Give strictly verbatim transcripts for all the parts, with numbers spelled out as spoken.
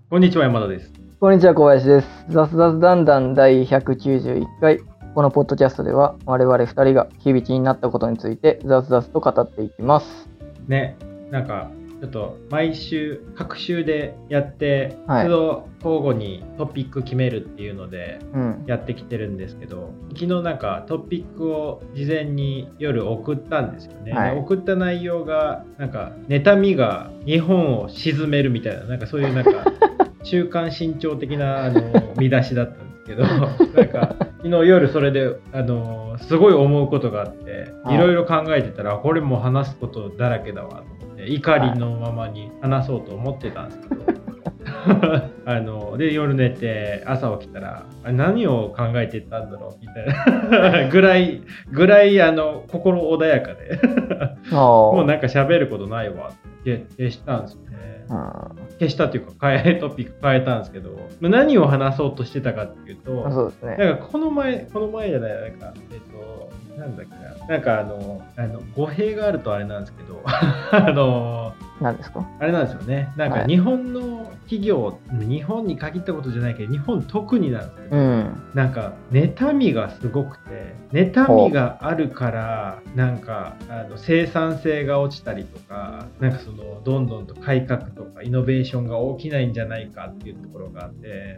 こんにちは、山田です。 こんにちは、小林です。雑雑談談第ひゃくきゅうじゅういっかい。このポッドキャストでは我々ふたりが響きになったことについて雑雑と語っていきます。 ね、なんかちょっと毎週各週でやって、 はい、 その交互にトピック決めるっていうのでやってきてるんですけど、うん、昨日なんかトピックを事前に夜送ったんですよね、はい、で送った内容がなんか妬みが日本を沈めるみたいな、なんかそういうなんか週刊新潮的なあの見出しだったんですけどなんか昨日夜それであのすごい思うことがあっていろいろ考えてたら、これも話すことだらけだわと思って怒りのままに話そうと思ってたんですけど、はい、あので夜寝て朝起きたら何を考えてたんだろうみたいなぐらいぐらいあの心穏やかでもうなんか喋ることないわって消したんですよね。消したっていうか変えトピック変えたんですけど、何を話そうとしてたかっていうと、 そうですね、 なんかこの前この前じゃないなんかえっとなんだっけな、なんかあのあの語弊があるとあれなんですけどあの何ですかあれなんですよね、なんか日本の企業、はい、日本に限ったことじゃないけど日本特になんですけど、うん、なんか妬みがすごくて、妬みがあるからなんかあの生産性が落ちたりとか、なんかそのどんどんと改革とかイノベーションが起きないんじゃないかっていうところがあって、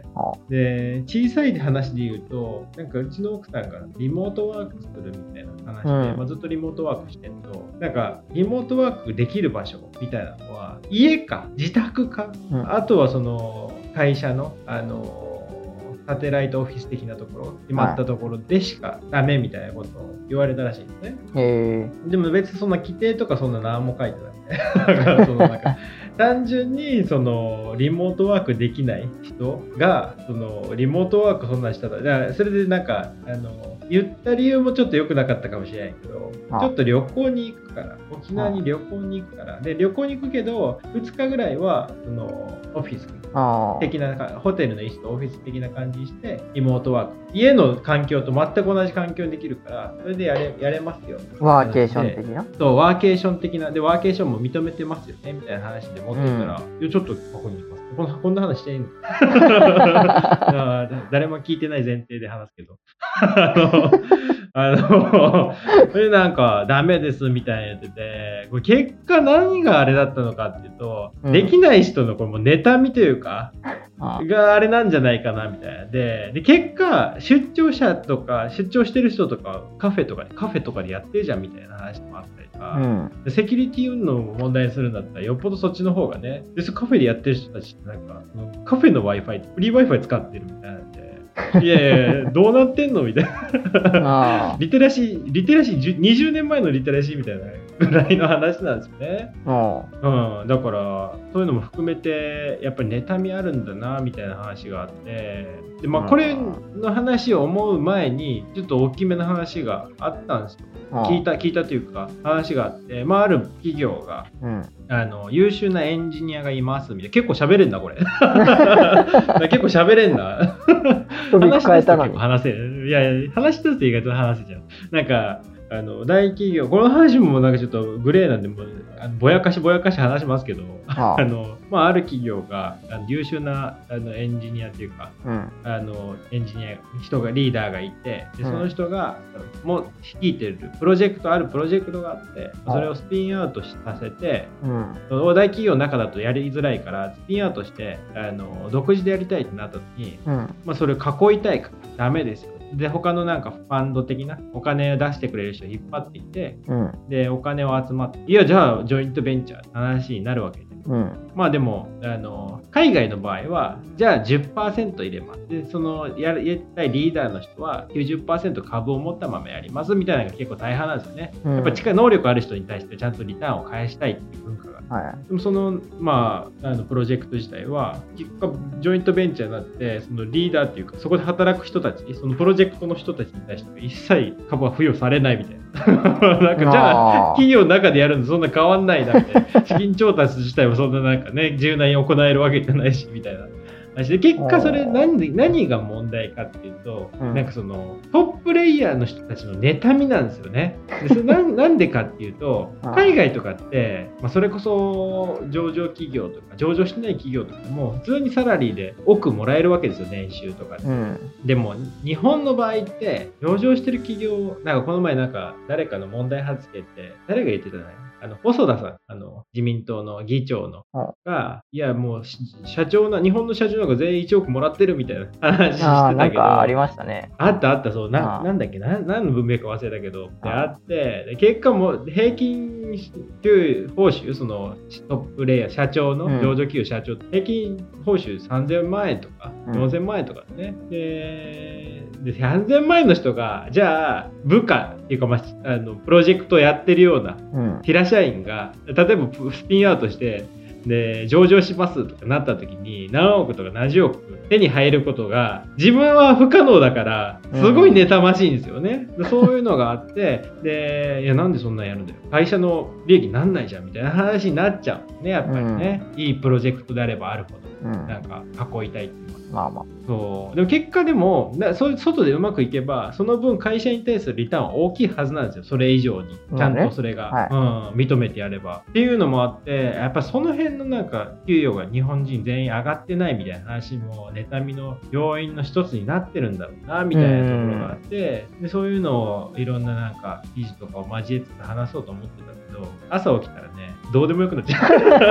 で小さい話で言うと、なんかうちの奥さんがリモートワークするみたいな話で、うんまあ、ずっとリモートワークしてると、なんかリモートワークできる場所みたいなのは家か自宅か、うん、あとはその会社のあのサテライトオフィス的なところ決まったところでしかダメみたいなことを言われたらしいんですね。 へー。 でも別にそんな規定とかそんな何も書いてなくてだからそのなんか単純にそのリモートワークできない人がそのリモートワークそんなしたら、それでなんかあの言った理由もちょっと良くなかったかもしれないけど、ちょっと旅行に行くから沖縄に旅行に行くからで旅行に行くけどふつかぐらいはそのオフィス的なホテルの一室オフィス的な感じにしてリモートワーク、家の環境と全く同じ環境にできるからそれでやれ、やれますよ。 ワーケーション的な、 そうワーケーション的なでワーケーションも認めてますよねみたいな話で持ってたら、うん、いやちょっとここに行きます、こんな、こんな話していいの誰も聞いてない前提で話すけどあのあのそれなんかダメですみたいなやってて、これ結果何があれだったのかっていうと、うん、できない人のこれもう妬みというかがあれなんじゃないかなみたいなで、で結果出張者とか出張してる人とかカフェとかカフェとかでやってるじゃんみたいな話もあったりとか、うん、セキュリティ運動を問題にするんだったらよっぽどそっちの方がね、でカフェでやってる人たちってなんかカフェの Wi-Fi フリー Wi-Fi 使ってるみたいなんでいやいやどうなってんのみたいなリテラシーリテラシーにじゅうねんまえのリテラシーみたいなぐらいの話なんですよね。うん、だからそういうのも含めてやっぱり妬みあるんだなみたいな話があって、で、まあ、これの話を思う前にちょっと大きめの話があったんですよ。聞いた聞いたというか話があって、まあ、ある企業が、うん、あの優秀なエンジニアがいますみたいな、結構喋れんだこれ結構喋れんだ話し出すと結構話せる。いやいや話し出すと意外と話せちゃう。なんかあの大企業、この話もなんかちょっとグレーなんでもあのぼやかしぼやかし話しますけど、あ, あのまあ、ある企業があの優秀なあのエンジニアというか、うん、あのエンジニア人がリーダーがいて、でその人が、うん、もう率いてるプロジェクトあるプロジェクトがあって、それをスピンアウトさせて、うん、大企業の中だとやりづらいからスピンアウトしてあの独自でやりたいってなった時に、うんまあ、それを囲いたいからダメですよ。で他のなんかファンド的なお金を出してくれる人を引っ張っていって、うん、でお金を集まって、いやじゃあジョイントベンチャーって話になるわけで、うん、まあでもあの海外の場合はじゃあ じゅっパーセント 入れます、でそのやりたいリーダーの人は きゅうじゅっパーセント 株を持ったままやりますみたいなのが結構大半なんですよね、うん、やっぱ力能力ある人に対してちゃんとリターンを返したいっていう文化が、はい、でもそのまああのプロジェクト自体は結果ジョイントベンチャーになって、そのリーダーっていうかそこで働く人たち、そのプロジェクトの人たちに対して一切株は付与されないみたいななんかじゃあ企業の中でやるのそんな変わんないなみたいな資金調達自体もそんななんかね柔軟に行えるわけじゃないしみたいなで結果それ何で何が問題かっていうと、うん、なんかそのトッププレイヤーの人たちの妬みなんですよね。でそれななんでかっていうと海外とかって、まあ、それこそ上場企業とか上場してない企業とかも普通にサラリーで億もらえるわけですよ、年収とかで、うん、でも日本の場合って上場してる企業なんかこの前なんか誰かの問題発言って誰が言ってたのあの細田さん、あの自民党の議長のが、いやもう社長な日本の社長なんか全員いちおくもらってるみたいな話してたけど、あなんかありましたね。 あったあったそうななんだっけな何の文明か忘れたけどであってで結果も平均給報酬そのトッププレイヤー社長の上場企業社長、うん、平均報酬さんぜんまんえんとかよんせんまんえんとかね、うん、ででさんぜんまんえんの人がじゃあ部下っていうか、まあ、あのプロジェクトをやってるような平社員が例えばスピンアウトしてで上場しますとかなった時に何億とか何十億手に入ることが自分は不可能だからすごい妬ましいんですよね、うん、そういうのがあってでいやなんでそんなんやるんだよ会社の利益になんないじゃんみたいな話になっちゃうねやっぱりね、うん、いいプロジェクトであればあるほど、うん、なんか囲いたいっていうのはまあまあそうでも結果でもなそ外でうまくいけばその分会社に対するリターンは大きいはずなんですよそれ以上にちゃんとそれが、まあねはいうん、認めてやればっていうのもあってやっぱその辺のなんか給与が日本人全員上がってないみたいな話も妬みの要因の一つになってるんだろうなみたいなところがあってでそういうのをいろんななんか記事とかを交えつつ話そうと思ってたけど朝起きたらねどうでもよくなっち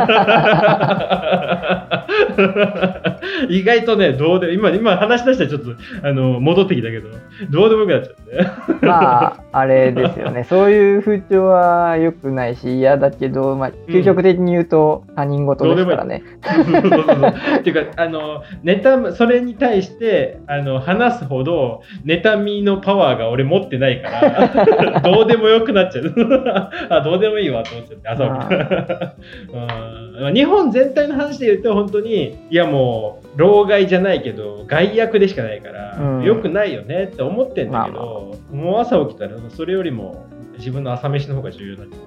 ゃう意外とねどうで今今話し出したらちょっとあの戻ってきたけどどうでもよくなっちゃってまああれですよねそういう風潮は良くないし嫌だけど、まあ、究極的に言うと他人事ですからね、うん、 っていうかあの妬それに対してあの話すほど妬みのパワーが俺持ってないからどうでもよくなっちゃうあどうでもいいわと思っちゃって朝起きたらうん日本全体の話で言うと本当にいやもう老害じゃないけど害悪でしかないから、うん、よくないよねって思ってんだけど、まあまあ、もう朝起きたらそれよりも自分の朝飯の方が重要になって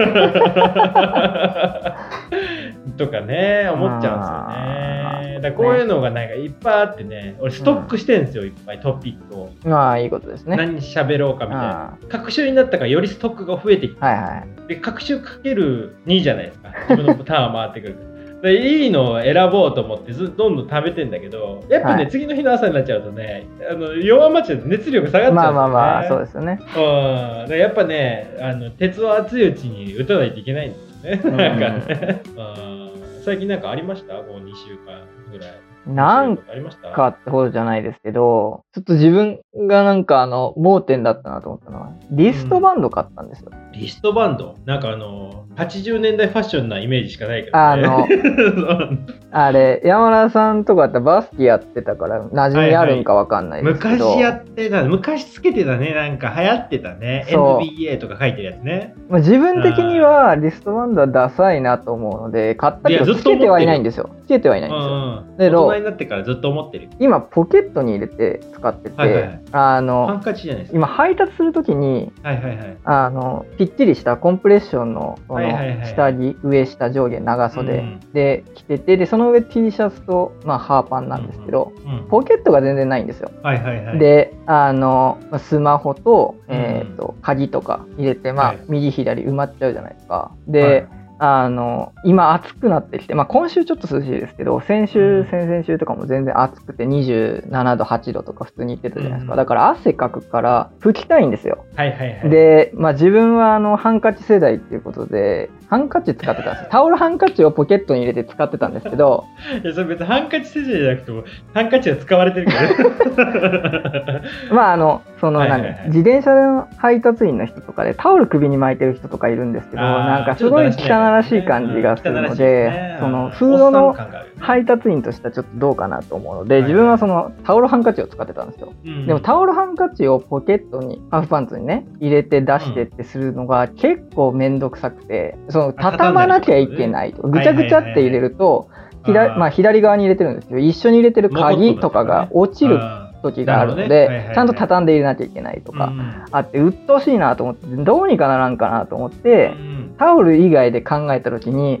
とかね思っちゃうんですよね。だからこういうのがなんかいっぱいあってね俺ストックしてるんですよ、うん、いっぱいトピックを。 まあいいことですね。 何喋ろうかみたいな。隔週になったからよりストックが増えてきて、 はいはい、 で隔週かけるにじゃないですか自分のターン回ってくるでいいのを選ぼうと思ってずっとどんどん食べてんだけどやっぱね、はい、次の日の朝になっちゃうとねあの弱まっちゃうと熱量が下がっちゃうんですよね。 まあまあまあそうですよね。 うんだやっぱねあの鉄は熱いうちに打たないといけないんですよね。なんかねうん最近なんかありましたこうにしゅうかんぐらいなんかってほどじゃないですけどちょっと自分がなんかあの盲点だったなと思ったのはリストバンド買ったんですよ、うん、 リストバンドなんかあのはちじゅうねんだいファッションなイメージしかないけど、ね、 あのあれ山田さんとかってバスケやってたから馴染みあるんかわかんないですけど、 はいはい、昔やってた昔つけてたねなんか流行ってたね エヌビーエー とか書いてるやつね、 まあ、自分的にはリストバンドはダサいなと思うので買ったけどつけてはいないんですよつけてはいないんですよ、うん、 で大人になってからずっと思ってる今ポケットに入れて使ってて、はいはいはい、あのハンカチじゃないですか今配達するときに、はいはいはい、あのぴっちりしたコンプレッションの、その下着、はいはいはい、上下上下長袖、うん、で着ててでその上 T シャツと、まあ、ハーパンなんですけど、うんうん、ポケットが全然ないんですよ、はいはいはい、であのスマホと、えーと、鍵とか入れて、まあはい、右左埋まっちゃうじゃないですかで、はいあの今暑くなってきて、まあ、今週ちょっと涼しいですけど先週先々週とかも全然暑くてにじゅうななどはちどとか普通に行ってたじゃないですか、うん、だから汗かくから拭きたいんですよ、はいはいはい、で、まあ、自分はあのハンカチ世代っていうことでハンカチ使ってたんですタオルハンカチをポケットに入れて使ってたんですけどいやそれ別にハンカチ世代じゃなくてもハンカチが使われてるからまああのその、はいはいはい、自転車の配達員の人とかでタオル首に巻いてる人とかいるんですけどなんかすごい汚らしい感じがするので、ね、そのフードの配達員としてはちょっとどうかなと思うので、はいはい、自分はそのタオルハンカチを使ってたんですよ、うん、でもタオルハンカチをポケットにハーフパンツにね入れて出してってするのが結構めんどくさくてその畳まなきゃいけないとぐちゃぐちゃって入れると左、まあ、左側に入れてるんですけど一緒に入れてる鍵とかが落ちる時があるので、ねはいはいはい、ちゃんと畳んで入れなきゃいけないとか、うん、あって鬱陶しいなと思ってどうにかならんかなと思って、うん、タオル以外で考えた時に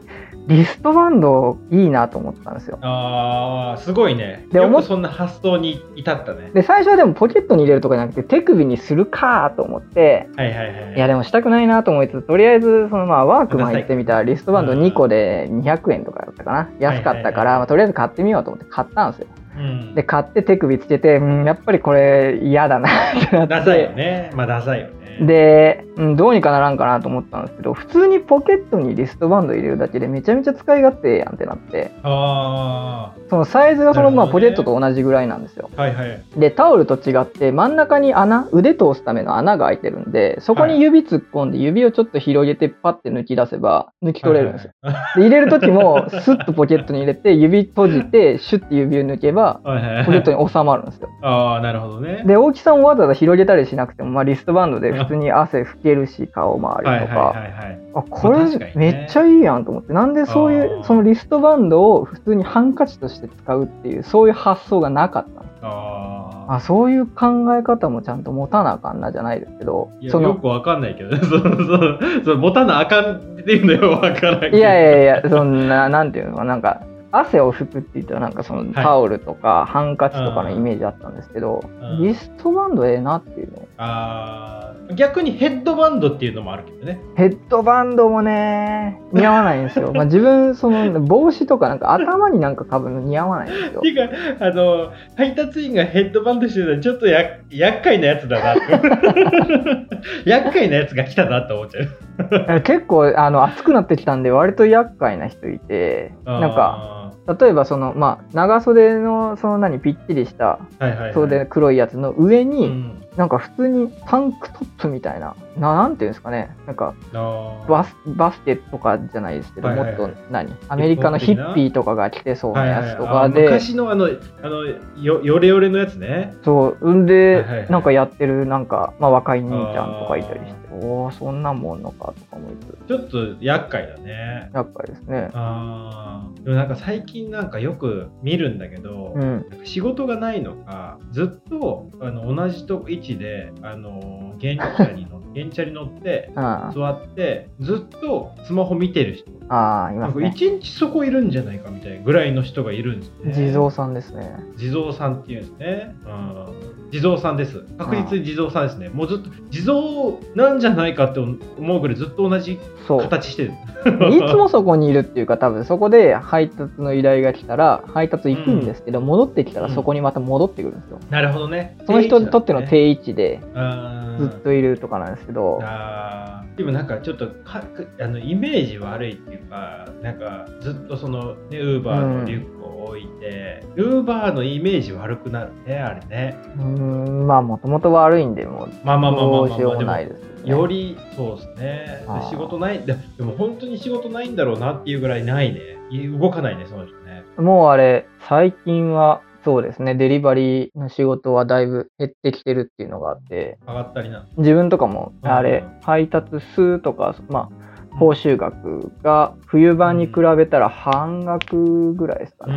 リストバンドいいなと思ったんですよ。 あー、すごいね。でよくそんな発想に至ったね。 で最初はでもポケットに入れるとかじゃなくて手首にするかと思って、 はいはいはい、 いやでもしたくないなと思いつつ、とりあえずそのまあワークマン行ってみたらリストバンドにこでにひゃくえんとかだったかな、安かったから、まあ、とりあえず買ってみようと思って買ったんですよ。うん、で買って手首つけて、うん、やっぱりこれ嫌だなってなって。 ダサいよね。まあダサいよね。 で、うん、どうにかならんかなと思ったんですけど、普通にポケットにリストバンド入れるだけでめちゃめちゃ使い勝手やんってなって、あそのサイズがそのまあポケットと同じぐらいなんですよ。はいはい、でタオルと違って真ん中に穴、腕通すための穴が開いてるんで、そこに指突っ込んで指をちょっと広げてパッて抜き出せば抜き取れるんですよ。はいはい、で入れる時もスッとポケットに入れて指閉じてシュッて指を抜けばポケットに収まるんですよ。 ああ、なるほどね。 で大きさもわざわざ広げたりしなくても、まあ、リストバンドで普通に汗拭けるし顔周りとか、あこれめっちゃいいやんと思って、なんでそういうそのリストバンドを普通にハンカチとして使うっていうそういう発想がなかったんです。ああ、そういう考え方もちゃんと持たなあかんなじゃないですけど、 いやそのよくわかんないけどね、そのそのその持たなあかんっていうのよわからないけど、 いやいやいや、そんななんていうの、なんか汗を拭くって言ったらなんかそのタオルとかハンカチとかのイメージあったんですけど、はい、リストバンドええなっていうの。 あー、逆にヘッドバンドっていうのもあるけどね。 ヘッドバンドもね似合わないんですよ。まあ自分その帽子とかなんか頭になんか被るの似合わないんですよ。 ていうかあの配達員がヘッドバンドしてたらちょっとや厄介なやつだなって厄介なやつが来たなって思っちゃう。 結構あの暑くなってきたんで割と厄介な人いて、なんか例えばその、まあ、長袖のその何ぴっちりした袖黒いやつの上に、うん、なんか普通にタンクトップみたいな、ななんていうんですかね、なんかバス、バスケとかじゃないですけど、はいはいはい、もっと何アメリカのヒッピーとかが着てそうなやつとかで、はいはい、 昔のあのあのよヨレヨレのやつね。 そうんで、はいはいはい、なんかやってるなんか、まあ、若い兄ちゃんとかいたりして、おおそんなんもんのかとか思いつつ、 ちょっと厄介だね。 厄介ですね。 あでもなんか最近なんかよく見るんだけど、うん、なんか仕事がないのかずっとあの同じと位置であの原チャリ乗って原チャリ乗って座ってずっとスマホ見てる人、 ああいますね。 なんか一日そこいるんじゃないかみたいなぐらいの人がいるんですね。 地蔵さんですね。 地蔵さんっていうんですね。うん、地蔵さんです。確実に地蔵さんですね。もうずっと地蔵なんじゃないかって思うぐらいずっと同じ形してる。 いつもそこにいるっていうか、多分そこで配達の依頼が来たら配達行くんですけど、うん、戻ってきたらそこにまた戻ってくるんですよ。 うん、なるほどね。 その人にとっての定位置でずっといるとかなんですけど、 あでもなんかちょっとかあのイメージ悪いっていうか、なんかずっとそのねウーバーのリュックを置いて、ウーバーのイメージ悪くなるね、あれね。 うーん、まあもともと悪いんでもうどうしようもないです。 よりそうですね。仕事ないででも本当に仕事ないんだろうなっていうぐらいないね。動かないねその人ね。 もうあれ最近はそうですね、デリバリーの仕事はだいぶ減ってきてるっていうのがあって、 上がったりな。 自分とかもあれ配達数とかまあ報酬額が冬場に比べたら半額ぐらいですかね。うん、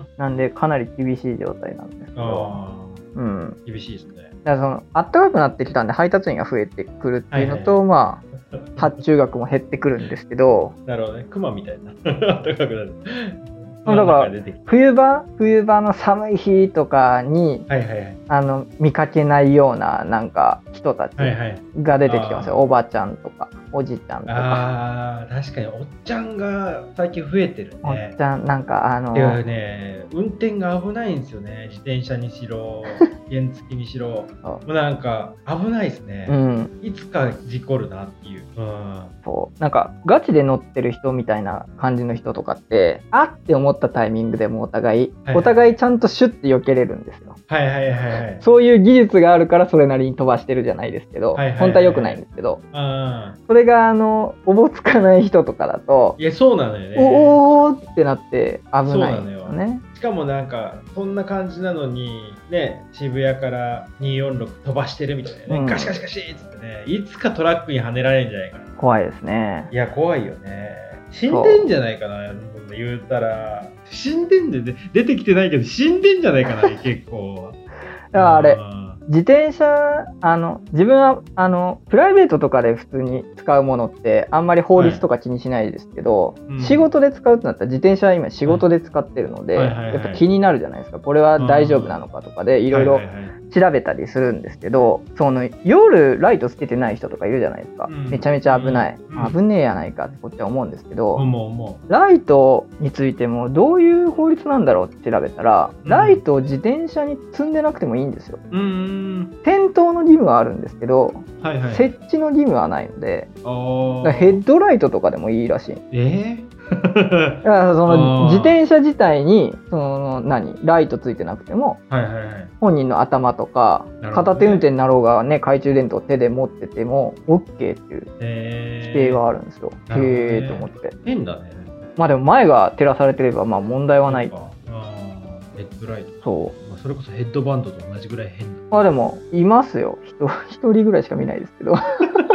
なんでかなり厳しい状態なんですけど。 うん、厳しいですね。 だからその暖かくなってきたんで配達員が増えてくるっていうのと、はいはい、まあ発注額も減ってくるんですけど。 なるほどね。クマみたいな暖かくなる。 だから冬場冬場の寒い日とかに、 はいはいはい、 あの見かけないようななんか人たちが出てきてますよ。はいはい、おばちゃんとかおじちゃんとか。 あ確かにおっちゃんが最近増えてるね。 おっちゃんなんかあのいやね運転が危ないんですよね。自転車にしろ原付にしろもうなんか危ないですね。うん、いつか事故るなっていう。うん、 そうなんかガチで乗ってる人みたいな感じの人とかってあって思ったタイミングでもお互い、はいはい、お互いちゃんとシュッて避けれるんですよ。 はいはいはいはい。 そういう技術があるからそれなりに飛ばしてるじゃないですけど、はいはいはいはい、本当は良くないんですけど、あそれがあのおぼつかない人とかだと、 いやそうなのよね。 おーってなって危ないんですよね。 しかもなんかそんな感じなのにね、渋谷からによんろく飛ばしてるみたいなね、うん、ガシガシガシっつってね、いつかトラックにはねられるんじゃないかな。 怖いですね。 いや怖いよね。死んでんじゃないかな、言うたら死んでんで、ね、出てきてないけど死んでんじゃないかな結構。 だからあれ自転車あの自分はあのプライベートとかで普通に使うものってあんまり法律とか気にしないですけど、はい、仕事で使うってなったら自転車は今仕事で使ってるので、はいはいはいはい、やっぱ気になるじゃないですか。これは大丈夫なのかとかでいろいろ調べたりするんですけど、その夜ライトつけてない人とかいるじゃないですか、うん、めちゃめちゃ危ない、うん、危ねえやないかってこっちは思うんですけど、うん、ライトについてもどういう法律なんだろうって調べたら、うん、ライトを自転車に積んでなくてもいいんですよ。うん、点灯の義務はあるんですけど、はいはい、設置の義務はないので、だヘッドライトとかでもいいらしい。えーだからその自転車自体にその何ライトついてなくても、はいはいはい、本人の頭とか、ね、片手運転になろうがね懐中電灯を手で持ってても OK っていう規定があるんですよ。へえと思って。 変だね。 まあでも前が照らされてればまあ問題はない。あヘッドライト。 そう。 まあ、それこそヘッドバンドと同じぐらい変だ。 まあでもいますよ。一人ぐらいしか見ないですけど。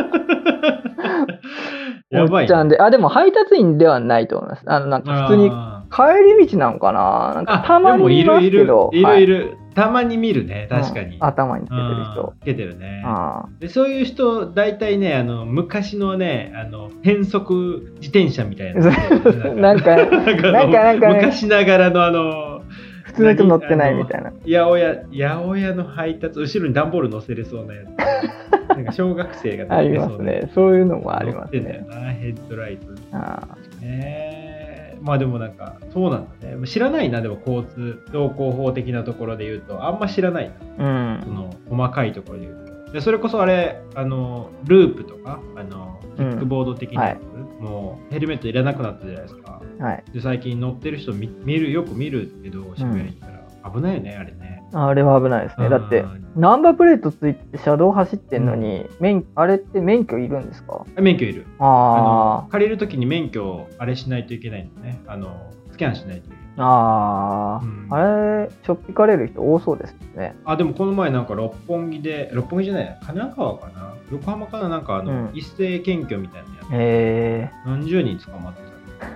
やばい、ね、ちゃんで、あ、でも配達員ではないと思います。あの、なんか普通に帰り道なのかな、なんかたまに見ますけど。 いるいる、いるいる、はい、たまに見るね、確かに。 うん、頭につけてる人。 つけてるね。でそういう人、大体ね、あの昔のね、あの変速自転車みたいな。 なんか、なんか、なんか、 昔ながらのあの、 普通の人乗ってないみたいな。 八百屋、八百屋の配達、後ろに段ボール乗せれそうなやつ。なんか小学生が乗ってそうな。 ありますね。そういうのもありますね。 乗ってんだよな、ヘッドライト。あえー、まあでもなんか、そうなんだね。知らないな、でも交通、道交法的なところで言うと、あんま知らないな。うん。その、細かいところで言うと。でそれこそあれ、あの、ループとか、あの、キックボード的なやつ、うんはい、もうヘルメットいらなくなったじゃないですか。はい、で最近乗ってる人 見, 見るよく見るけど渋谷に行ったら、うん、危ないよねあれね。 あれは危ないですね。だってナンバープレートついて車道走ってんのに、うん、免あれって免許いるんですか？ 免許いる。ああ借りるときに免許をあれしないといけないんだね。あのスキャンしないといけない。あ、うん、 あれしょっぴかれる人多そうですね。 あでもこの前なんか六本木で六本木じゃない神奈川かな横浜かななんかあの、うん、一斉検挙みたいなやつ、えー、何十人捕まってた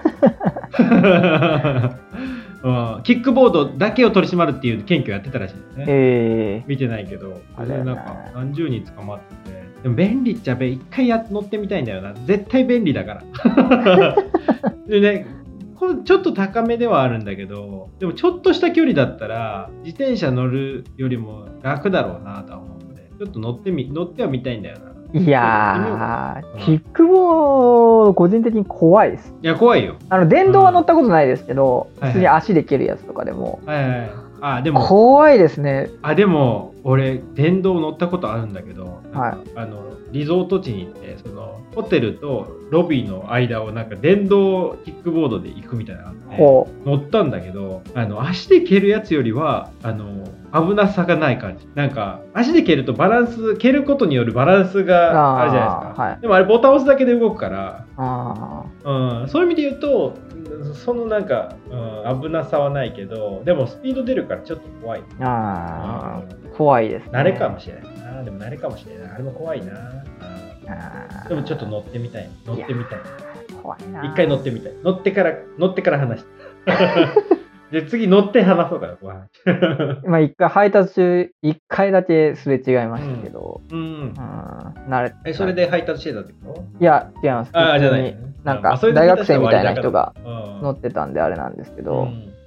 うん、キックボードだけを取り締まるっていう検挙やってたらしいですね、えー、見てないけどあれなんか何十人捕まっててでも便利っちゃべ一回や乗ってみたいんだよな絶対便利だからでねちょっと高めではあるんだけどでもちょっとした距離だったら自転車乗るよりも楽だろうなとは思うのでちょっと乗ってみ乗ってはみたいんだよな。 いやー、キックボード個人的に怖いです。 いや怖いよ。 あの電動は乗ったことないですけど、うん、普通に足で蹴るやつとかでも、はいはいはい、あでも怖いですね。 あでも俺電動乗ったことあるんだけど、はい、あのリゾート地に行ってそのホテルとロビーの間をなんか電動キックボードで行くみたいなのがあって乗ったんだけどあの足で蹴るやつよりはあの危なさがない感じ。なんか足で蹴るとバランス蹴ることによるバランスがあるじゃないですか、はい、でもあれボタン押すだけで動くからあ、うん、そういう意味で言うとそのなんか、うん、危なさはないけどでもスピード出るからちょっと怖い。あ、 うん、怖いですね。 慣れかもしれないな。でも慣れかもしれない。あれも怖いな。あでもちょっと乗ってみたい。乗ってみたい。怖いな。一回乗ってみたい。乗ってから乗ってから話してで次乗って話そうかな。怖い。 今一回配達中一回だけすれ違いましたけど、うん、うんうん、 慣れえそれで配達してたってこと？ いや違います。あじゃない。なんか大学生みたいな人が乗ってたんであれなんですけど。うんうん、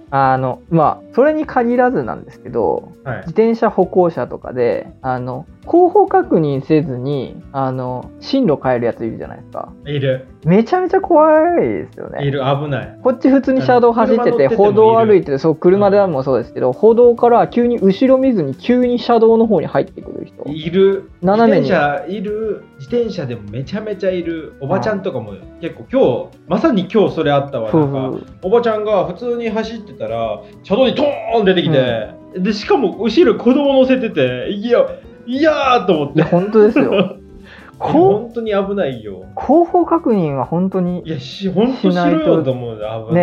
あのまあそれに限らずなんですけど、はい、自転車歩行者とかであの後方確認せずにあの進路変えるやついるじゃないですか。 いる。 めちゃめちゃ怖いですよね。 いる。危ない。 こっち普通に車道走ってて歩道歩いててそう車でもそうですけど、うん、歩道から急に後ろ見ずに急に車道の方に入ってくる人いる。斜めに自転車いる。自転車でもめちゃめちゃいる。おばちゃんとかも結構今日まさに今日それあったわ。なんかおばちゃんが普通に走ってたら車道にトーン出てきて、うん、でしかも後ろ子供乗せてていやいやーと思って。いや本当ですよ本当に危ないよ。 後方確認は本当にいやし本当しろよと思う。危ない、ね、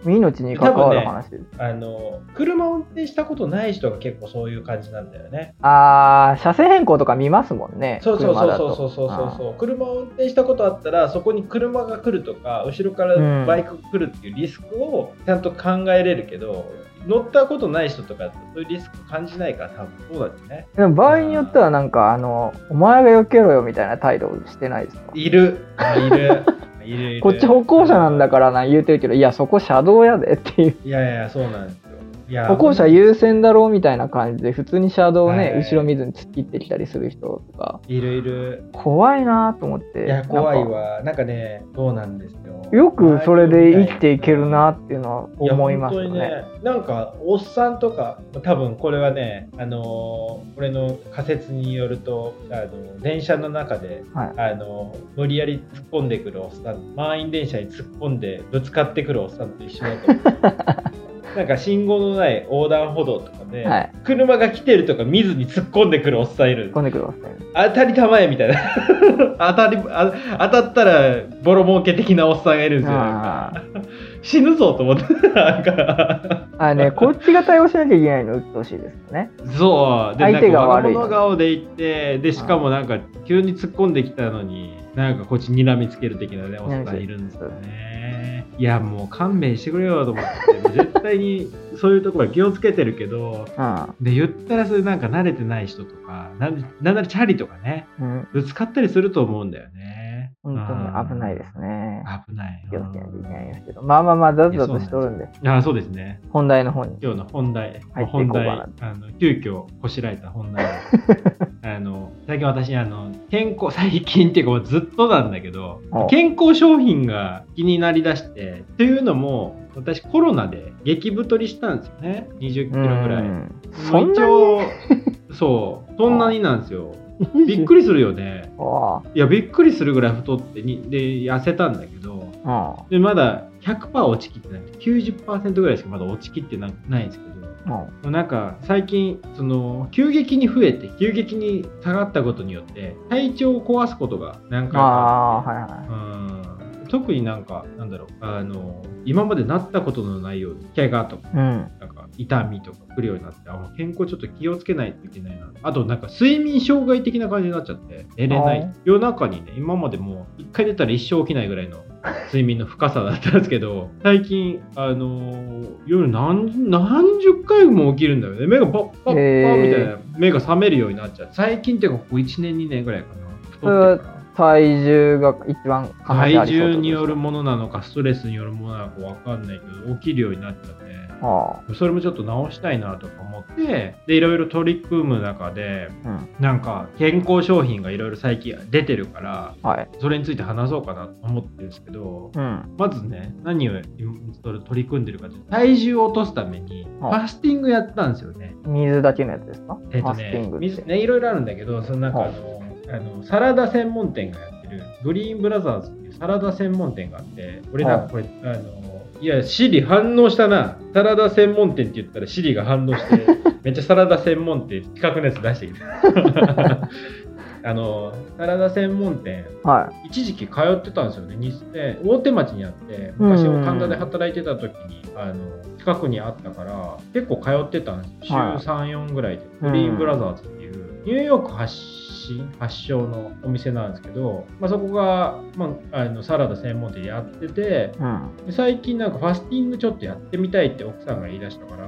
命に関わる話です、ね、 あの車を運転したことない人が結構そういう感じなんだよね。 ああ、車線変更とか見ますもんね。 そうそうそうそうそうそうそう。車を運転したことあったら、そこに車が来るとか後ろからバイクが来るっていうリスクをちゃんと考えれるけど、うん、乗ったことない人とかそういうリスク感じないから多分そうだよね。 でも場合によってはなんかあのお前が避けろよみたいな態度してないですか？ いるいるいるいる。 こっち歩行者なんだからな言うてるけど、いやそこ車道やでっていう。 いやいやそうなんですよ。いや歩行者優先だろうみたいな感じで普通に車道をね、はい、後ろ見ずに突っ切ってきたりする人とかいるいる。 怖いなと思って。 いや怖いわ。なんかねそうなんですよ。 よくそれで生きていけるなっていうのは思いますよね。 いや本当にね、なんかおっさんとか多分これはね、あのー、俺の仮説によるとあの電車の中で、はい、あの無理やり突っ込んでくるおっさん、満員電車に突っ込んでぶつかってくるおっさんと一緒だと思う。なんか信号のない横断歩道とかで、はい、車が来てるとか見ずに突っ込んでくるおっさんいる。 突っ込んでくるおっさんいる。 当たりたまえみたいな当たりあ当たったらボロ儲け的なおっさんがいるんですよ。なんか死ぬぞと思ってなんかあね、こっちが対応しなきゃいけないの鬱陶しいですよね。 そうで相手が悪いの顔で行ってでしかもなんか急に突っ込んできたのになんかこっち睨みつける的なねおっさんいるんですよね。いやもう勘弁してくれよと思って絶対にそういうところは気をつけてるけど、うん、で言ったらそれなんか慣れてない人とかなんなんならチャリとかね、うん、ぶつかったりすると思うんだよね。 本当に危ないですね。 危ない。 気をつけないといけないですけど、まあまあまあざっざとしとるんで。 ああそうですね。 本題の方に。 今日の本題。 入っていこうかな。 あの急遽こしらえた本題。あの最近私あの健康最近っていうかずっとなんだけど健康商品が気になりだしてっていうのも私コロナで激太りしたんですよね。にじゅっキロぐらい。 そんなにそうそんなになんですよ。びっくりするよね。いやびっくりするぐらい太ってにで痩せたんだけどでまだ ひゃくパーセント 落ちきってなくて きゅうじゅっパーセント ぐらいしかまだ落ちきって な, ないんですけどうん、なんか最近その急激に増えて急激に下がったことによって体調を壊すことが何回かあって、はいはいうん、特になんかなんだろうあの今までなったことのないように怪我とか、うん、なんか痛みとか来るようになってあ健康ちょっと気をつけないといけないな。あとなんか睡眠障害的な感じになっちゃって寝れない夜中にね今までもう一回寝たら一生起きないぐらいの睡眠の深さだったんですけど最近あのー、夜 何, 何十回も起きるんだよね。目がパッパッパッみたいな目が覚めるようになっちゃう。最近ってここいちねんにねんぐらいかな太ってから。 体重が一番体重によるものなのかストレスによるものなのか分かんないけど起きるようになっちゃって、はあ、それもちょっと直したいなとか思ってでいろいろ取り組む中で、うん、なんか健康商品がいろいろ最近出てるから、はい、それについて話そうかなと思ってるんですけど、うん、まずね何を取り組んでるかというと体重を落とすためにファスティングやったんですよね。 水だけのやつですか？ えっとね水ねいろいろあるんだけどそのなんかあの、はああのサラダ専門店がやってるグリーンブラザーズっていうサラダ専門店があって俺なんかこれ、はい、あのいやシリ反応したな。サラダ専門店って言ったらシリが反応してめっちゃサラダ専門店企画のやつ出してきたあのサラダ専門店、はい、一時期通ってたんですよね。に大手町にあって昔神田で働いてた時にあの近くにあったから結構通ってたんです。週さん、よんぐらいでグリーンブラザーズっていうニューヨーク発発祥のお店なんですけど、まあ、そこが、まあ、あのサラダ専門店やってて、うん、で最近なんかファスティングちょっとやってみたいって奥さんが言い出したから、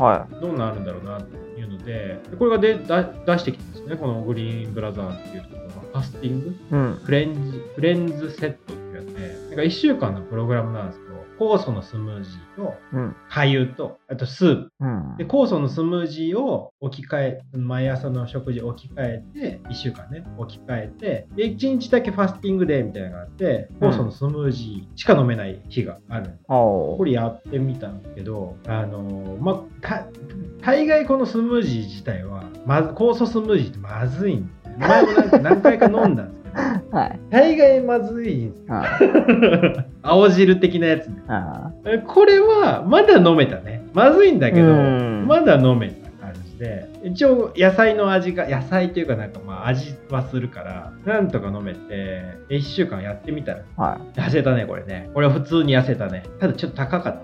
はい、どうなるんだろうなっていうのでこれがでだ出してきたんですね。このグリーンブラザーズっていうところのファスティング、うん、フレンズフレンズセットってやってなんかいっしゅうかんのプログラムなんですけど酵素のスムージーと粥、うん、とあとスープ、うん、で酵素のスムージーを置き換え毎朝の食事を置き換えていっしゅうかんね置き換えてでいちにちだけファスティングデーみたいなのがあって酵素のスムージーしか飲めない日がある、うん、これやってみたんだけどあのまあ大概このスムージー自体はまず酵素スムージーってまずいんですよ。前もなんか何回か飲んだんですはい、大概まずいんですよ、はい、青汁的なやつ、ね、これはまだ飲めたね。まずいんだけどまだ飲めた感じで一応野菜の味が野菜というかなんかまあ味はするからなんとか飲めていっしゅうかんやってみたら、はい、痩せたね。これねこれは普通に痩せたね。ただちょっと高かったんだけど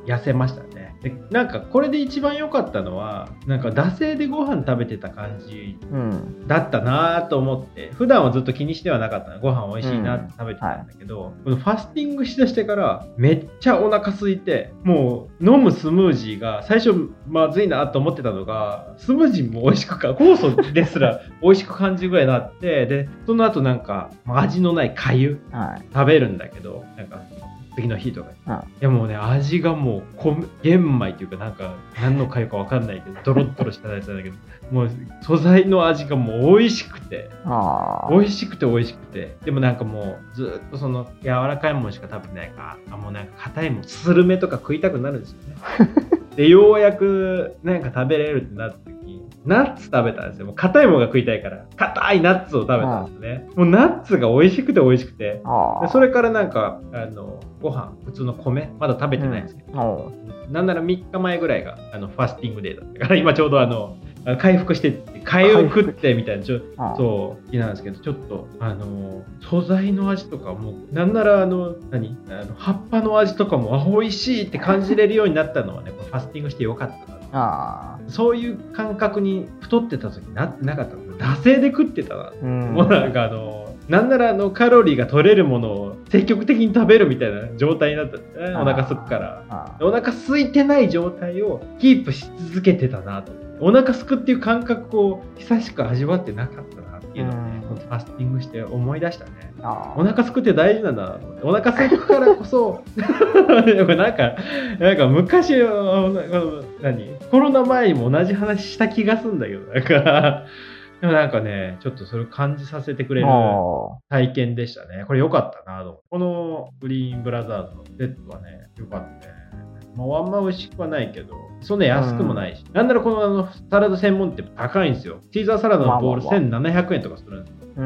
痩せましたね。でなんかこれで一番良かったのはなんか惰性でご飯食べてた感じだったなと思って、うん、普段はずっと気にしてはなかったの、ご飯美味しいなって食べてたんだけど、うんはい、このファスティングしだしてからめっちゃお腹空いて、もう飲むスムージーが最初まずいなと思ってたのがスムージーも美味しくか酵素ですら美味しく感じるぐらいになって、でその後なんか味のない粥食べるんだけど、なんか次の日とかに、うん、いやもうね味がもう米玄米っていうかなんか何の粥か分かんないけどドロッドロしたやつなんだけどもう素材の味がもう美味しくて美味しくて美味しくて、でもなんかもうずっとその柔らかいものしか食べてないから、あもうなんか硬いもんスルメとか食いたくなるんですよねでようやくなんか食べれるってなった時ナッツ食べたんですよ。もう硬いものが食いたいから硬いナッツを食べたんですね。もうナッツが美味しくて美味しくて、でそれからなんかあのご飯普通の米まだ食べてないんですけど、うん、なんならみっかまえぐらいがあのファスティングデーだったから、今ちょうどあの回復してって粥を食ってみたいなちょそう日なんですけど、ちょっとあの素材の味とかもなんならあの何あの葉っぱの味とかもあ美味しいって感じれるようになったのはね、これファスティングしてよかったな。あそういう感覚に太ってた時になってなかったの。惰性で食ってたな、うん、もうなんかあのなんならあのカロリーが取れるものを積極的に食べるみたいな状態になったんですね。お腹すくからお腹空いてない状態をキープし続けてたなと。お腹すくっていう感覚を久しく味わってなかったなっていうのをね、ファスティングして思い出したね。お腹すくって大事なんだな。お腹すくからこそなんかなんか昔何コロナ前にも同じ話した気がするんだけど、なんかでもなんかねちょっとそれを感じさせてくれる体験でしたね。これ良かったなと。このグリーンブラザーズのセットはね良かったね。もうあんま美味しくはないけどそんな安くもないし、うん、なんならこのあのサラダ専門店高いんですよ。シーザーサラダのボールせんななひゃくえんとかするんですよ、うん、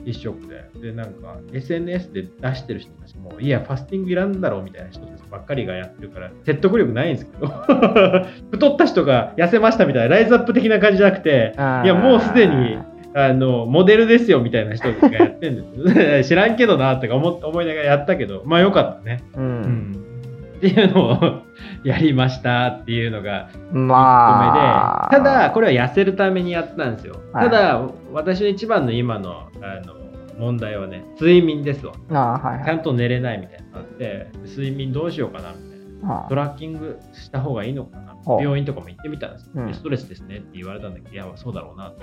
一食で。でなんか エスエヌエス で出してる人たちもいやファスティングいらんだろうみたいな人たちばっかりがやってるから説得力ないんですけど太った人が痩せましたみたいなライズアップ的な感じじゃなくて、いやもうすでにあのモデルですよみたいな人がやってるんです知らんけどなとか 思, 思いながらやったけど、まあよかったね、うんうんっていうのをやりましたっていうのがいっこめで、まあ、ただこれは痩せるためにやったんですよ、はい、ただ私の一番の今のあの問題はね睡眠ですわ。あ、はいはい、ちゃんと寝れないみたいなのがあって睡眠どうしようかなみたいな、トラッキングした方がいいのかな、病院とかも行ってみたんですよ、うん、ストレスですねって言われたんだけど、いやそうだろうな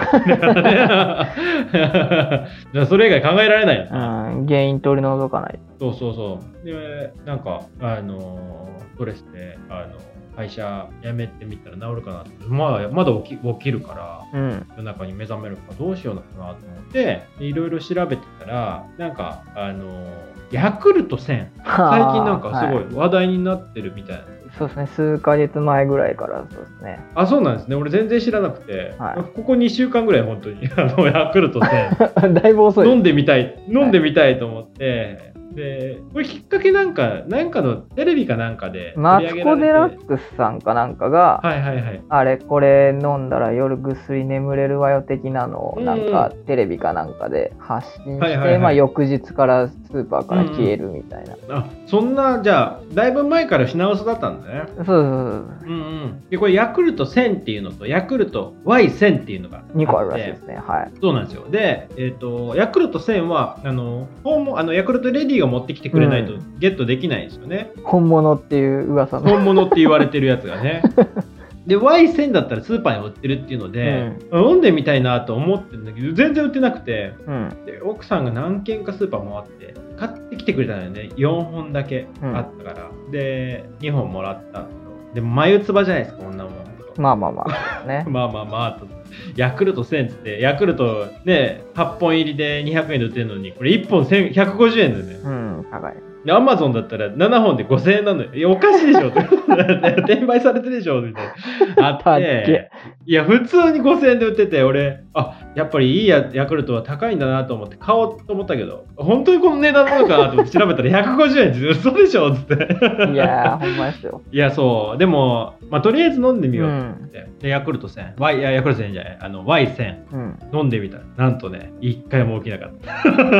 ってそれ以外考えられない、 うん、原因取り除かない。 そうそうそう。でなんかあのストレスであの会社辞めてみたら治るかなって、まあ、まだ起き、起きるから、うん、夜中に目覚めるかどうしようかなと思っていろいろ調べてたらなんかあのヤクルトせん最近なんかすごい話題になってるみたいな、はい、 そうですね、数ヶ月前ぐらいからそうですね。 あ、そうなんですね。俺全然知らなくて、はい、ここにしゅうかんぐらい本当にあのヤクルトせんだいぶ遅い。 飲んでみたい飲んでみたいと思って、はい、でこれきっかけなんかなんかのテレビかなんかでマツコ・デラックスさんかなんかが、はいはいはい、あれこれ飲んだら夜ぐっすり眠れるわよ的なのをなんかテレビかなんかで発信して、はいはいはい、まあ、翌日からスーパーから消えるみたいな、 うんうん、あそんなじゃあだいぶ前から品薄だったんだね。 そうそうそう、うんうん、でこれヤクルトせんっていうのとヤクルト ワイせん っていうのがあってにこあるらしいですね。はい、 そうなんですよ。で、えーと、ヤクルトせんはあの訪問あのヤクルトレディが持ってきてくれないとゲットできないんですよね、 うん、本物っていう噂の本物って言われてるやつがねで ワイせん だったらスーパーに売ってるっていうので、うん、飲んでみたいなと思ってるんだけど全然売ってなくて、うん、で奥さんが何軒かスーパー回って買ってきてくれたのよね。よんほんだけあったから、うん、でにほんもらったんですよ。でも眉唾じゃないですかこんなもん。 まあまあまあ、ね、 まあまあまあとヤクルトせんってヤクルトねはっぽん入りでにひゃくえんで売ってるのにこれいっぽんひゃくごじゅうえんでね、 うん、高い。 でアマゾンだったらななほんでごせんえんなのよ。いやおかしいでしょ転売されてるでしょみたいなあっていや普通にごせんえんで売ってて俺あやっぱりいいヤクルトは高いんだなと思って買おうと思ったけど本当にこの値段なのかなと思って調べたらひゃくごじゅうえんって嘘でしょっつっていやーほんまですよ。 いやそうでも、まあ、とりあえず飲んでみようと思って、うん、でヤクルトせん Y いやヤクルトせんじゃないあの ワイせん、うん、飲んでみたらなんとねいっかいも起きなかった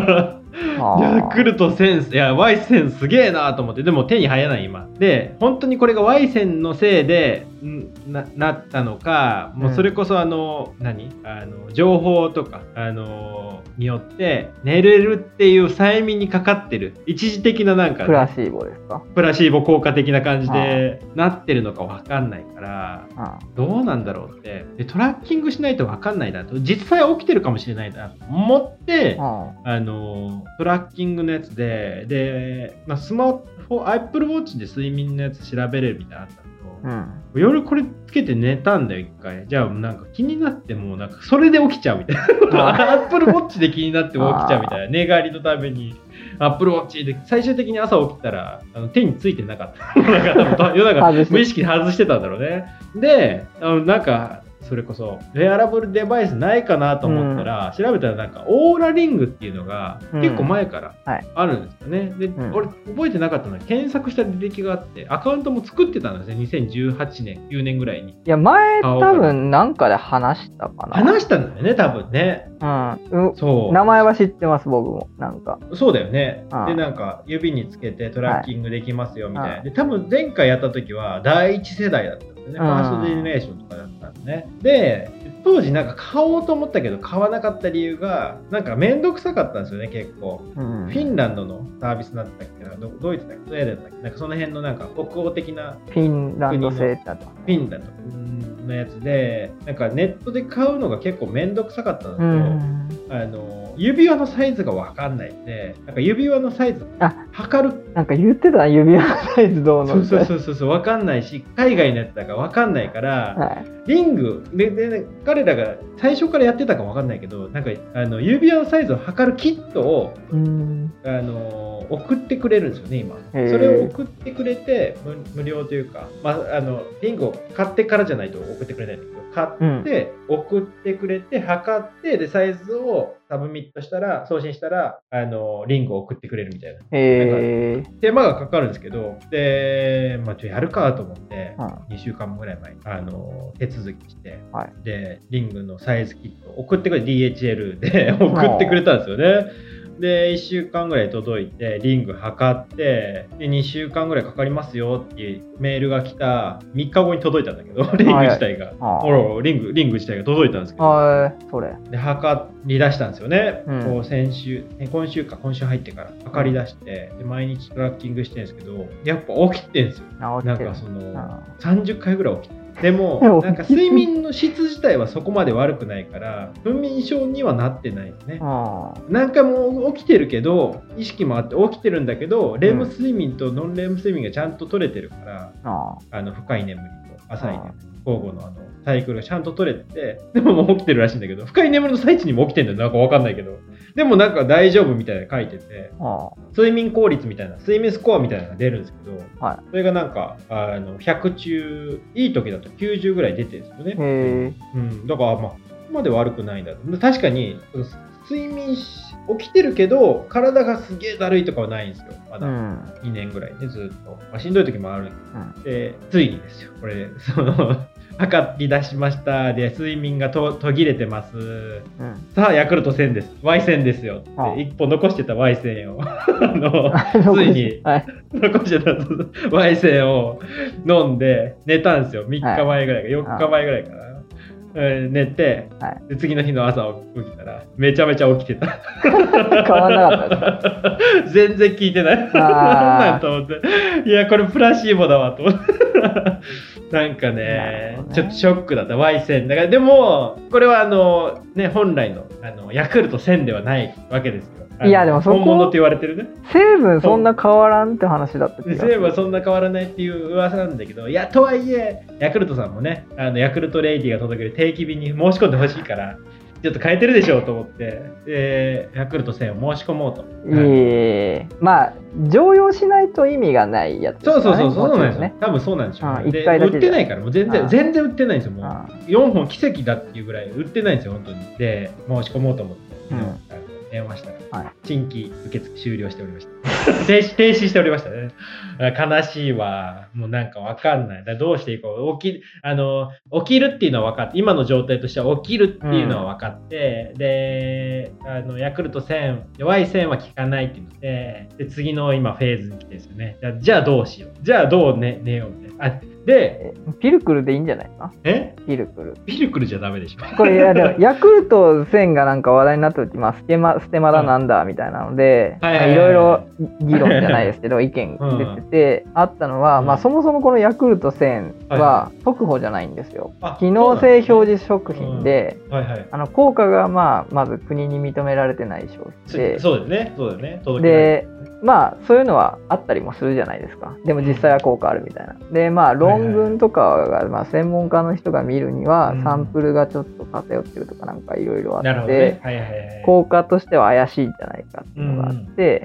ヤクルトせん、いや、ワイせんすげえなと思って、でも手に入らない今。で、本当にこれがワイせんのせいでな, なったのか、もうそれこそあの、うん、何あの情報とか、あのによって寝れるっていう催眠にかかってる一時的ななんか、ね、 プラシーボですか？ プラシーボ効果的な感じでなってるのか分かんないから、どうなんだろうってでトラッキングしないと分かんないなと、実際起きてるかもしれないなと思って、あのトラッキングのやつでで、まあ、スマホ Apple Watch で睡眠のやつ調べれるみたいなのあったんだけど、うん、夜これつけて寝たんだよ一回。じゃあなんか気になってもうなんかそれで起きちゃうみたいな。Apple Watch で気になっても起きちゃうみたいな。寝返りのために Apple Watch で最終的に朝起きたらあの手についてなかった。なんか夜中無意識で外してたんだろうね。で、あのなんかそれこそウェアラブルデバイスないかなと思ったら、うん、調べたらなんかオーラリングっていうのが結構前からあるんですよね、うんはい、で、うん、俺覚えてなかったのは検索した履歴があってアカウントも作ってたんですね。にせんじゅうはちねんきゅうねんぐらいに。いや前多分なんかで話したかな。 話したんだよね多分ね。 うん、そう名前は知ってます僕も。なんかそうだよね、うん、でなんか指につけてトラッキングできますよみたいな、はい、で多分前回やった時は第一世代だったんですよね、うん、ファーストジェネレーションとかだったんですね。で当時なんか買おうと思ったけど買わなかった理由がなんかめんどくさかったんですよね結構、うん、フィンランドのサービスだったっけな、どドイツだっけ、スウェーデンだっけ、なんかその辺のなんか北欧的なフィンランド製だとフィンランドのやつでなんかネットで買うのが結構めんどくさかったのと、うん、あの指輪のサイズが分かんないんでなんか指輪のサイズ測るなんか言ってた指輪のサイズどうのそうそうそうそう分かんないし海外のやつだから分かんないから、はい、リングでで、ね、彼らが最初からやってたか分かんないけどなんかあの指輪のサイズを測るキットをうんあの送ってくれるんですよね今。それを送ってくれて 無, 無料というか、まあ、あのリングを買ってからじゃないと送ってくれないんだけど買って、うん、送ってくれて測ってでサイズをサブミットしたら送信したらあのリングを送ってくれるみたいな、 へなんか手間がかかるんですけどで、まあ、ちょやるかと思って、うん、にしゅうかんぐらい前にあの手続きして、はい、でリングのサイズキット送ってくれ ディーエイチエル で送ってくれたんですよね。でいっしゅうかんぐらい届いてリング測ってでにしゅうかんぐらいかかりますよっていうメールが来たみっかごに届いたんだけどリング自体が、はい、リングリング自体が届いたんですけど、 はい、それで測り出したんですよね、うん、こう先週今週か今週入ってから測り出してで毎日トラッキングしてるんですけどやっぱ起きてるんですよ。なんかそのさんじゅっかいぐらい起きてでもなんか睡眠の質自体はそこまで悪くないから不眠症にはなってないですね。なんかもう起きてるけど意識もあって起きてるんだけどレム睡眠とノンレム睡眠がちゃんと取れてるから、うん、あの深い眠りと浅い眠り交互のあのサイクルがちゃんと取れててでももう起きてるらしいんだけど深い眠りの最中にも起きてるんだよなんか分かんないけどでもなんか大丈夫みたいな書いてて睡眠効率みたいな睡眠スコアみたいなのが出るんですけど、はい、それがなんかあのひゃく中いい時だときゅうじゅうぐらい出てるんですよね。へうん、だからまあここまで悪くないんだと。確かに睡眠起きてるけど体がすげえだるいとかはないんですよまだ、うん、にねんぐらいねずっと、まあ、しんどい時もある、うん、でついにですよこれその測り出しましたで睡眠がと途切れてます、うん、さあヤクルトせんです ワイせんですよって一本残してた ワイせん をあのついに、はい、残してた ワイせん を飲んで寝たんですよみっかまえぐらいか、はい、よっかまえぐらいかな寝て、はい、で次の日の朝起きたらめちゃめちゃ起きてた変わらなかったです全然聞いてないなんと思っていやこれプラシーボだわと思ってなんか ね, ねちょっとショックだった ワイせん だからでもこれはあの、ね、本来 の, あのヤクルトせんではないわけですよ。 いやでもそこ本物って言われてるね成分そんな変わらんって話だった気がする。 成分はそんな変わらないっていう噂なんだけどいやとはいえヤクルトさんもねあのヤクルトレイディが届ける定期便に申し込んでほしいからちょっと変えてるでしょうと思ってでヤクルトせんを申し込もうと。 ええー、まあ常用しないと意味がないやつですかね。そうそうそうそうなんですね。多分そうなんでしょう、ね。で売ってないからもう全然全然売ってないんですよ。もうよんほん奇跡だっていうぐらい売ってないんですよ本当に。で申し込もうと思って、うん、 電話したら、 はい、 新規受付終了しておりました停止停止しておりましたね。悲しいわ。もうなんかわかんない。だどうしていこう。起きあの起きるっていうのは分かって、今の状態としては起きるっていうのは分かって、うん、であのヤクルトせん弱い線は効かないっていうので、で次の今フェーズに来てですよね。じゃあどうしよう。じゃあどう寝寝ようみたいな。あでピルクルでいいんじゃないか。 えピルクルピルクルじゃダメでしょ。 これいやでもヤクルトせんがなんか話題になった時、まあ、ステマステマだなんだみたいなので、いろいろ議論じゃないですけど意見出てて、うん、あったのは、まあ、そもそもこのヤクルトせんは特保じゃないんですよ。機能性表示食品で、あの効果がまあまず国に認められてない商品で、 そうですね、そうですね。 届けないでまあそういうのはあったりもするじゃないですか。でも実際は効果あるみたいな。でまあ論文とかがまあ専門家の人が見るにはサンプルがちょっと偏ってるとかなんかいろいろあって、効果としては怪しいんじゃないかっていうのがあって、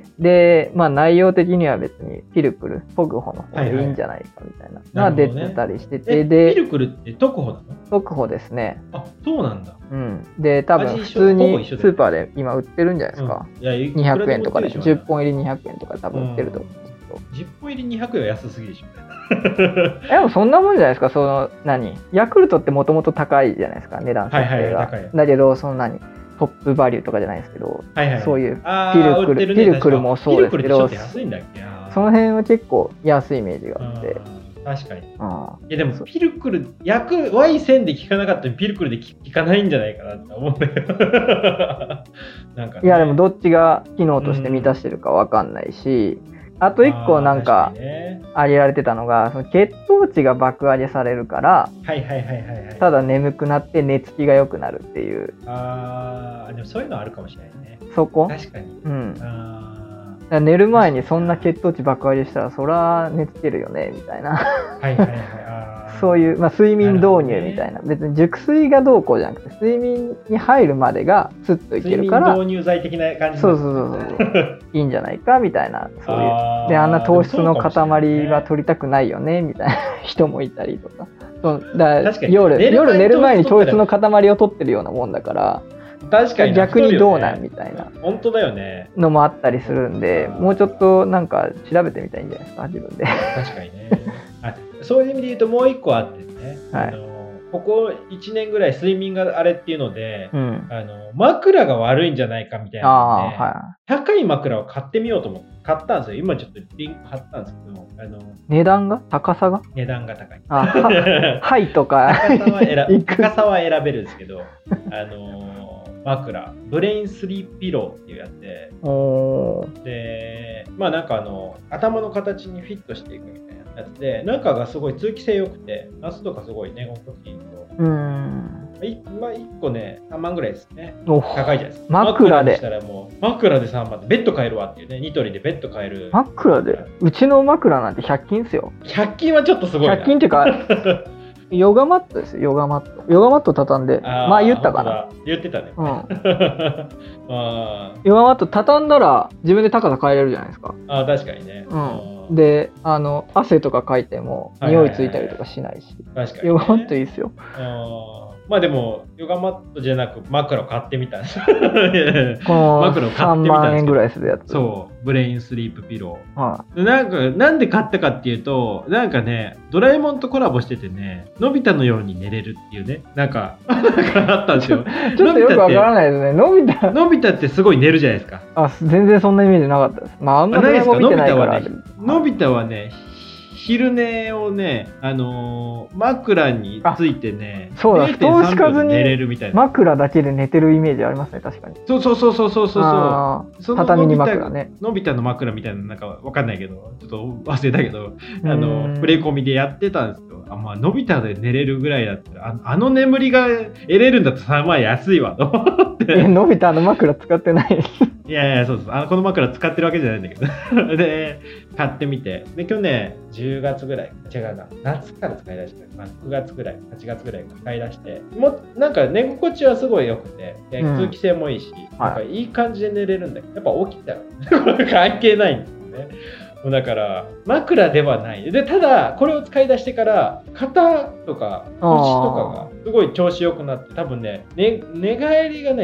でまあ内容的には別にピルクルトクホの方でいいんじゃないかみたいなのが出てたりしてて、でピルクルってトクホなの？ トクホですね。 あ、そうなんだ。 うん。で多分普通にスーパーで今売ってるんじゃないですか。 いやにひゃくえんとかでじゅっぽん入りにひゃくえんとかで多分売ってると思うんですけど、 じゅっぽん入りにひゃくえんは安すぎでしょ。 でもそんなもんじゃないですか。その何ヤクルトってもともと高いじゃないですか、値段設定が、はいはい、高い。だけどその何トップバリューとかじゃないですけど、はいはい、そういうピルクル、ね、ピルクルもそうですけど、 安いんだっけ。 その辺は結構安いイメージがあって。 確かに。あいやでもピルクル薬 ワイせん で効かなかったらピルクルで効かないんじゃないかなって思うんだけどなんか、ね、 いやでもどっちが機能として満たしてるか分かんないし、うん、あと一個なんか挙げられてたのが、その血糖値が爆上げされるからただ眠くなって寝つきが良くなるっていう。 あでもそういうのあるかもしれないね。 そこ確かに、 うん、あ寝る前にそんな血糖値爆上げしたらそら寝つけるよねみたいなはいはい、はい、あそういう、まあ、睡眠導入みたいな、ね、別に熟睡がどうこうじゃなくて睡眠に入るまでがスッといけるから睡眠導入剤的な感じ、 そうそうそうそういいんじゃないかみたいな、そういうあであんな糖質の塊は取りたくないよねみたいな人もいたりとか、そうだから夜寝夜寝る前に糖質の塊を取ってるようなもんだから確かに逆にどうなんみたいな本当だよねのもあったりするんで、もうちょっとなんか調べてみたらいいんじゃないですか自分で。 確かにねあそういう意味で言うともう一個あってね、はい、あのここいちねんぐらい睡眠があれっていうので、うん、あの枕が悪いんじゃないかみたいなので、はい、高い枕を買ってみようと思って買ったんですよ。今ちょっとリンク貼ったんですけど、あの値段が高さが値段が高い。 あははいとか高さは選高さは選べるんですけど、あの枕ブレインスリープピローっていうやつで、でまあなんかあの頭の形にフィットしていくみたいなやつで、中がすごい通気性良くて夏とかすごい寝心地いいと。うーんいまあ、いっこねさんまんぐらいですね。高いじゃないですか。 枕でしたらもう枕でさんまんでベッド買えるわっていうね、ニトリでベッド買える。 枕でうちの枕なんてひゃく均っすよ。 ひゃく均はちょっとすごいな。 ひゃく均っていうかヨガマットですよ。ヨガマットヨガマット畳んであまあ言ったかな。 言ってたね、うん、 あヨガマット畳んだら自分で高さ変えれるじゃないですか。 あ確かにね、 うん、であの汗とかかいても匂いついたりとかしないし、 確かに、ね、 ヨガマットいいですよ。 あまあでもヨガマットじゃなく枕を買ってみたんですよ。 この枕を買ってみたんですさんまんえんぐらいするやつ。 そうブレインスリープピロー、はあ、なんかなんで買ったかっていうと、なんかねドラえもんとコラボしててね、のび太のように寝れるっていうね、なんかなんかあったんですよ。 ちょっとよくわからないですね。のび太のび太ってすごい寝るじゃないですか。 あ全然そんなイメージなかったです。まああんまり見てないから。 のび太はね昼寝をね、あのー、枕についてね、 そうだ、布団敷かずに寝れるみたいな。 枕だけで寝てるイメージありますね、確かに。 そうそうそうそうそうそう。 畳に枕ね。 のび太の枕みたいな、なんかわかんないけど、ちょっと忘れたけど、あの、プレコミでやってたんですよ。あ、まあ、のび太で寝れるぐらいだったら、あ, あの眠りが得れるんだったらさんまん安いわと思って。 のび太の枕使ってない。 いやいや、そうです。あのこの枕使ってるわけじゃないんだけど。で、買ってみて。で、去年じゅうがつぐらい、違うな、夏から使い出して、まあ、くがつぐらい、はちがつぐらいから使い出して、もうなんか寝心地はすごい良くて、通気性もいいし、うん、なんかいい感じで寝れるんだけど、やっぱ起きたら関係ないんですよね。もうだから枕ではない。で、ただこれを使い出してから肩とか腰とかがすごい調子良くなって、多分ね、ね寝返りがね、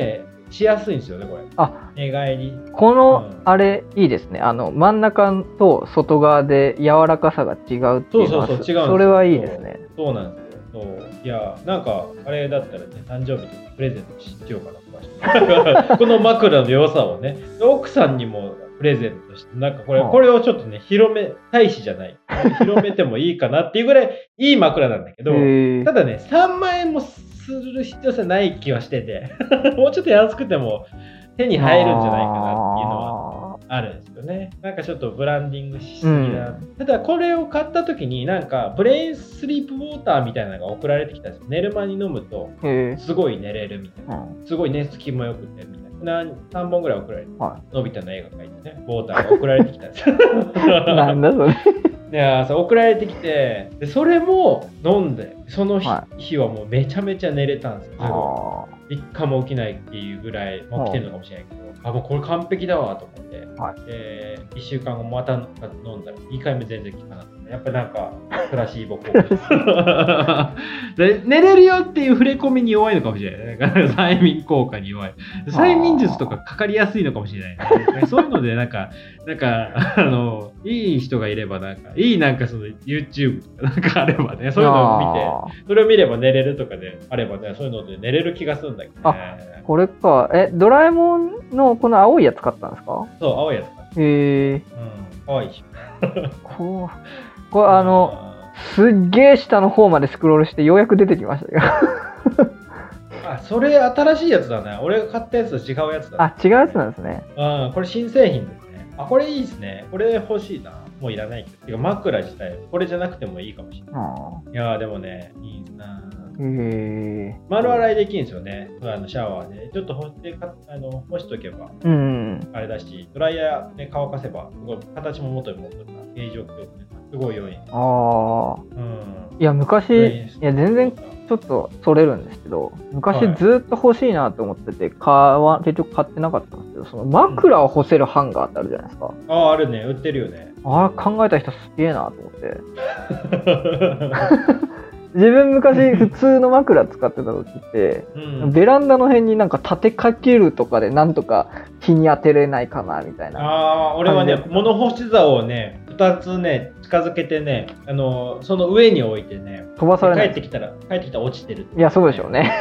しやすいんですよねこれ。あ、寝返り。 この、うん、あれいいですね。あの真ん中と外側で柔らかさが違うっていうのは、そうそうそう違うんですよ。それはいいですね。 そう、そうなんですよ。そういやなんかあれだったらね誕生日にプレゼントしようかなとかこの枕の良さをね奥さんにもプレゼントしてなんかこれ、はあ、これをちょっとね広め大使じゃない広めてもいいかなっていうぐらいいい枕なんだけどただねさんまんえんもする必要性ない気はしててもうちょっと安くても手に入るんじゃないかなっていうのはあるんですよね。なんかちょっとブランディングしすぎな、うん、ただこれを買った時になんかブレインスリープウォーターみたいなのが送られてきたんですよ。寝る間に飲むとすごい寝れるみたいな、すごい寝つきもよくてみたいなさんぼんぐらい送られて、はい、のび太の絵が描いてねウォーターが送られてきたんですよなんだそれいやそう送られてきてでそれも飲んでその 日,、はい、日はもうめちゃめちゃ寝れたんですよ。一回も起きないっていうぐらい起きてるのかもしれないけどあもうこれ完璧だわと思って、はい、でいっしゅうかんごまた飲んだらにかいめ全然効かなくてやっぱなんかプラシーボ効果で寝れるよっていう触れ込みに弱いのかもしれないだから催眠効果に弱い催眠術とかかかりやすいのかもしれない、ね、そういうのでなんかなんかあのいい人がいればなんかいいなんかその YouTube とかなんかあればねそういうのを見てそれを見れば寝れるとかであればねそういうので寝れる気がするんだけどね。 あこれかえドラえもんのこの青いやつ買ったんですか？ そう青いやつ買った。 へえ。 うん可愛いしこうこれあのすっげえ下の方までスクロールしてようやく出てきましたよあそれ新しいやつだね。俺が買ったやつと違うやつだ、 ね、あ違うやつなんですね。 うんこれ新製品ですね。あこれいいですね。これ欲しいな。もういらないけどてか枕自体これじゃなくてもいいかもしれない。いやでもねいいな。 へ丸洗いできるんですよね。あのシャワーでちょっと干してかあの干しとけば、 うん、 あれだしドライヤーで乾かせばすごい形も元に戻るから形状ってすごい良い。 ああ、うん、いや昔いや全然ちょっとそれるんですけど昔ずっと欲しいなと思ってて買わ結局買ってなかったんですけどその枕を干せるハンガーってあるじゃないですか。うん、 あああるね売ってるよね。 あれ考えた人すげえなと思って自分昔普通の枕使ってた時って、うん、ベランダの辺になんか立てかけるとかでなんとか日に当てれないかなみたいな。 ああ俺はね物干し座をねふたつね近づけてねあのその上に置いてね飛ばされない。 帰ってきたら帰ってきたら落ちてる、ね、 いやそうでしょうね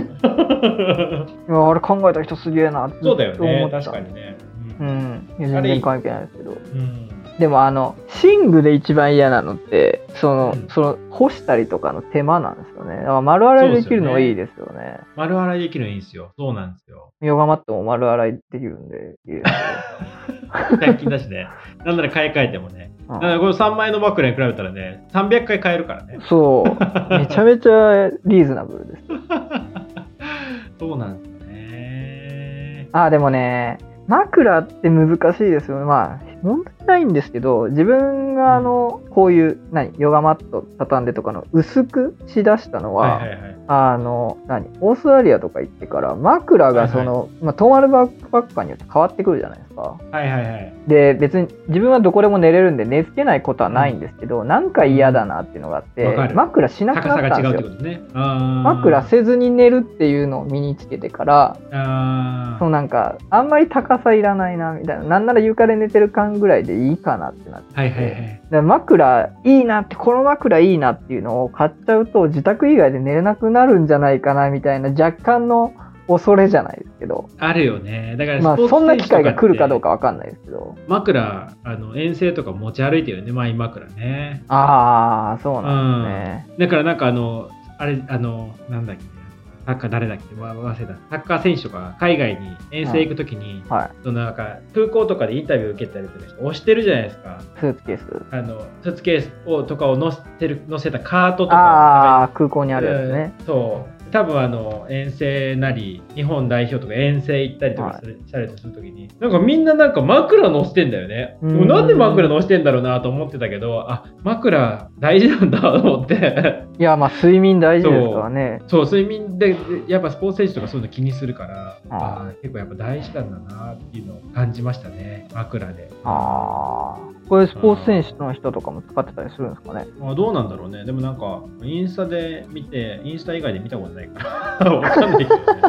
今あれ考えた人すげえなってそうだよね確かにね。 うん、うん、いや全然関係ないですけど。うんでもあの寝具で一番嫌なのってその、うん、その干したりとかの手間なんですよね。だから丸洗いできるのはいいですよね。よね丸洗いできるのいいんですよ。そうなんですよ。 ヨガマットも丸洗いできるんでいいですよ。ひゃく均だしね。なんなら買い替えてもね。うん、だからこのさんまんえんの枕に比べたらねさんびゃっかい買えるからね。 そうめちゃめちゃリーズナブルです。 そうなんですね。 あでもね枕って難しいですよね。まあ問題ないんですけど自分があの、うん、こういう何ヨガマット畳んでとかの薄くしだしたのは、はいはいはい、あの何オーストラリアとか行ってから枕がその、はいはいまあ、泊まるバックパッカーによって変わってくるじゃないですか。 はいはいはい。 で別に自分はどこでも寝れるんで寝つけないことはないんですけど、うん、なんか嫌だなっていうのがあって、うん、枕しなくなったんですよ。高さが違うってことね。あ枕せずに寝るっていうのを身につけてからあそうなんかあんまり高さいらないなみたいななんなら床で寝てる感ぐらいでいいかなってなって、はいはいはい、だから枕いいなってこの枕いいなっていうのを買っちゃうと自宅以外で寝れなくなるんじゃないかなみたいな若干の恐れじゃないですけどあるよね。だからまあそんな機会が来るかどうか分かんないですけど枕あの遠征とか持ち歩いてるよねマイ枕ね。 ああそうなんですね、 うん、だからなんかあのあれあのなんだっけサッカー誰だっけ忘れたサッカー選手とか海外に遠征行くときに、はい、そのなんか空港とかでインタビュー受けたりとかして押してるじゃないですか。 スーツケースあのスーツケースをとかを乗せる乗せたカートとかああ空港にあるやつね。 そう多分あの遠征なり日本代表とか遠征行ったりとかする、はい、したりするときになんかみんななんか枕乗せてんだよね。なんで枕乗せてんだろうなと思ってたけどあ枕大事なんだと思っていやまあ睡眠大事ですからね。 そう、そう睡眠でやっぱスポーツ選手とかそういうの気にするからああ結構やっぱ大事なんだなっていうのを感じましたね枕で。ああこれスポーツ選手の人とかも使ってたりするんですかね。 あどうなんだろうね。でもなんかインスタで見てインスタ以外で見たことないからわかんないけどね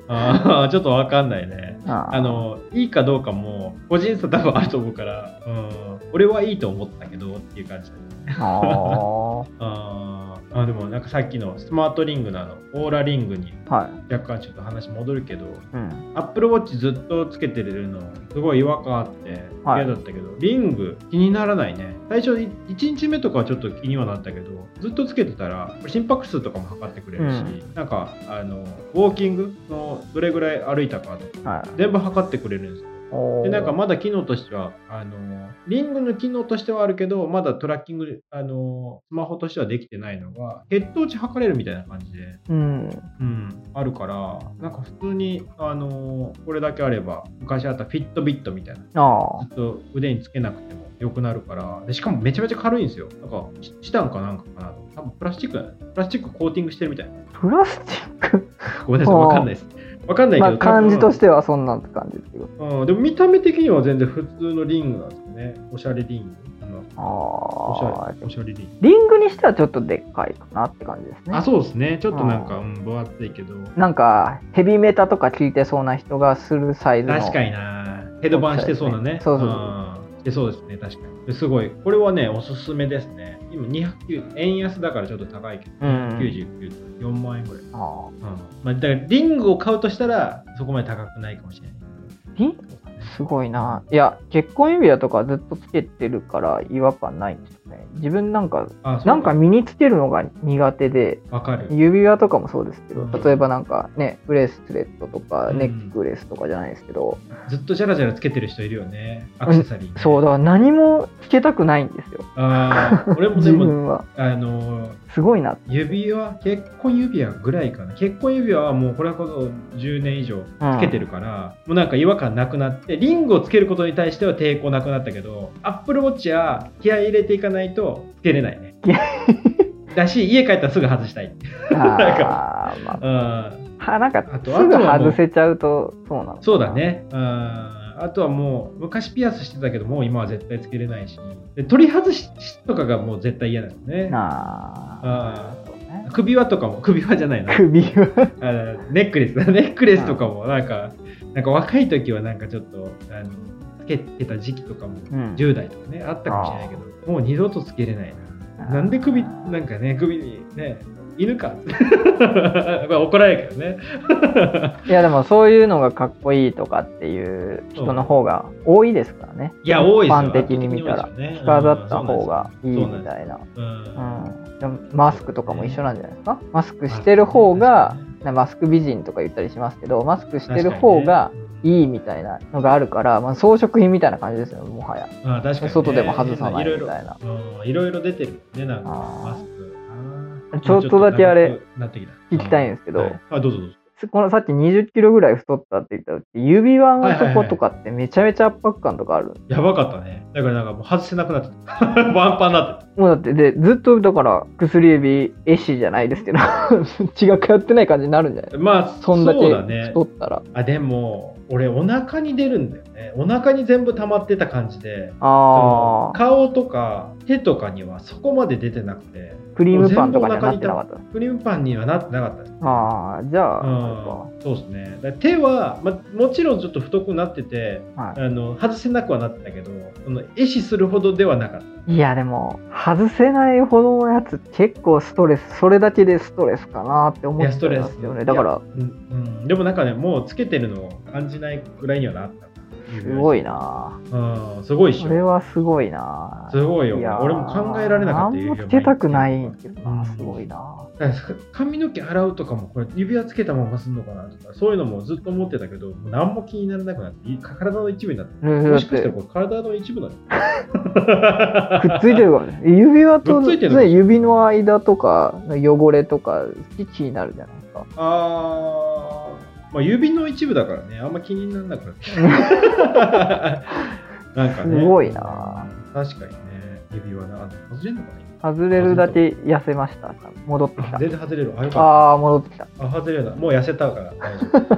ああ、ちょっとわかんないね。 ああの、いいかどうかも、個人差多分あると思うから、うん、俺はいいと思ったけどっていう感じだね。 あああ、でもなんかさっきのスマートリングのあのオーラリングに若干ちょっと話戻るけど、アップルウォッチずっとつけてるのすごい違和感あって嫌だったけど、はい、リング気にならないね。最初いちにちめとかはちょっと気にはなったけど、ずっとつけてたら心拍数とかも測ってくれるし、うん、なんかあのウォーキングのどれぐらい歩いたかとか、はい、全部測ってくれるんですよ。でなんかまだ機能としてはあのリングの機能としてはあるけど、まだトラッキングあのスマホとしてはできてないのが血糖値測れるみたいな感じで、 うんうん、あるから、なんか普通にあのこれだけあれば、昔あったフィットビットみたいな、 あずっと腕につけなくても良くなるから、でしかもめちゃめちゃ軽いんですよ。なんかチタンかなんかかなと、多分プラスチックだね。プラスチックコーティングしてるみたいな。 プラスチックごめんなさい、わかんないです。わかんないけど、まあ、 感じとしてはそんなって感じですよ。 うん、でも見た目的には全然普通のリングなんですよね。おしゃれリング。 あおしゃれ、おしゃれリング。 リングにしてはちょっとでっかいかなって感じですね。 あ、そうですね。ちょっとなんか、うん、分厚いけど。 なんかヘビメタとか聞いてそうな人がするサイズの。 確かにな。ヘッドバンしてそうなね。 そうそうそう。 してそうですね、確かに。すごい。これはね、おすすめですね。今にひゃくきゅう、円安だからちょっと高いけど、うん、きゅうじゅうきゅう、よんまんえんぐらい。あ、うんまあ、だからリングを買うとしたらそこまで高くないかもしれない。 リングすごいな。いや、結婚指輪とかずっとつけてるから違和感ないんですよね。自分なんか、なんか身につけるのが苦手で、 わかる。 指輪とかもそうですけど、うん、例えばなんかね、ブレスレットとか、ネックレスとかじゃないですけど、 うん、ずっとジャラジャラつけてる人いるよね。アクセサリー、ねうん。そう、だから何もつけたくないんですよ。 ああ、俺もでも、自分はあのー、 すごいな。 指輪、結婚指輪ぐらいかな。結婚指輪はもうこれこそじゅうねん以上つけてるから、うん、もうなんか違和感なくなって、リングをつけることに対しては抵抗なくなったけど、アップルウォッチは気合い入れていかないとつけれないね。だし、家帰ったらすぐ外したい。 あなんか、まあ、うん、なんかすぐ外せちゃうとそうなの。 そうだね。うん、あとはもう昔ピアスしてたけどもう今は絶対つけれないし、で取り外しとかがもう絶対嫌なんですね。 ああ首輪とかも首輪じゃないな。 首輪あネックレスネックレスとかもなんかなんか若い時はなんかちょっとあのつけてた時期とかもじゅう代とかね、うん、あったかもしれないけど、もう二度とつけれないな。なんで首なんかね首にね犬かまあ怒られるけどねいやでもそういうのがかっこいいとかっていう人の方が多いですからね。 いや多いですよ。 一般的に見たら着飾った方がいいみたいな。うん、マスクとかも一緒なんじゃないですか。マスクしてる方がマスク美人とか言ったりしますけど、マスクしてる方がいいみたいなのがあるから、まあ、装飾品みたいな感じですよもはや。 あ確かに、ね、 外でも外さないみたいな。 いろいろ出てるね、なんかマスク。 ちょっとだけあれ聞きたいんですけど、はい、 あどうぞどうぞ。 このさっきにじゅっキロぐらい太ったって言ったら指輪のとことかってめちゃめちゃ圧迫感とかある、はいはいはい、やばかったね。だからなんかもう外せなくなってたワンパンになってた。 もうだってでずっとだから薬指絵師じゃないですけど血が通ってない感じになるんじゃない。 まあそんだけ太ったら、 ね、あでも俺お腹に出るんだよね。お腹に全部溜まってた感じで、 あ顔とか手とかにはそこまで出てなくて、 クリームパンとかにはなってなかった。 クリームパンにはなってなかったです。 ああ、じゃあ、 うん、そうですね。だ手は、ま、もちろんちょっと太くなってて、はい、あの外せなくはなってたけど、その壊死するほどではなかった。 いやでも外せないほどのやつ結構ストレス、それだけでストレスかなって思っちゃうんですよね。だから、 うんうん、でもなんかね、もうつけてるのを感じないぐらいにはなった。 すごいな。 うん、すごいっしょ。 それはすごいな。 すごいよ。俺も考えられなかった。 何もつけたくないけどな、すごいな。 髪の毛洗うとかもこれ指輪つけたまますんのかなとか、そういうのもずっと思ってたけど、もう何も気にならなくなって、体の一部になって、もしかしたらこれ体の一部なんだ。 くっついてるからね。指輪と、ね、指の間とか汚れとか気になるじゃないですか。 あー。まあ、指の一部だからね、あんま気にならなくなってなんかね、 すごいな。 確かにね、指輪な。外れるのかな。外れるだけ痩せました。戻ってきた。 全然外れる。 ああ、戻ってきた。 あ、外れるな。もう痩せたから大丈夫。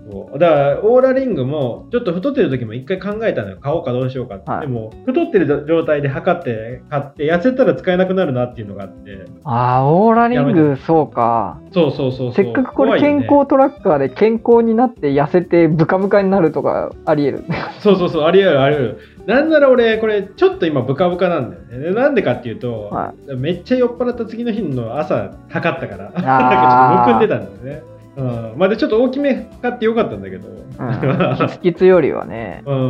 そうだからオーラリングもちょっと太ってる時も一回考えたのよ、買おうかどうしようかって、はい、でも太ってる状態で測って買って痩せたら使えなくなるなっていうのがあって、 ああオーラリングそうか、 そうそうそうそう、 せっかくこれ健康トラッカーで健康になって痩せてブカブカになるとかありえるそうそうそうありえるありえる。なんなら俺これちょっと今ブカブカなんだよね。なんでかっていうと、はい、めっちゃ酔っ払った次の日の朝測ったからなんかちょっとむくんでたんだよね。うん、まあでちょっと大きめ買ってよかったんだけど、 うん、キツキツよりはね、 うん、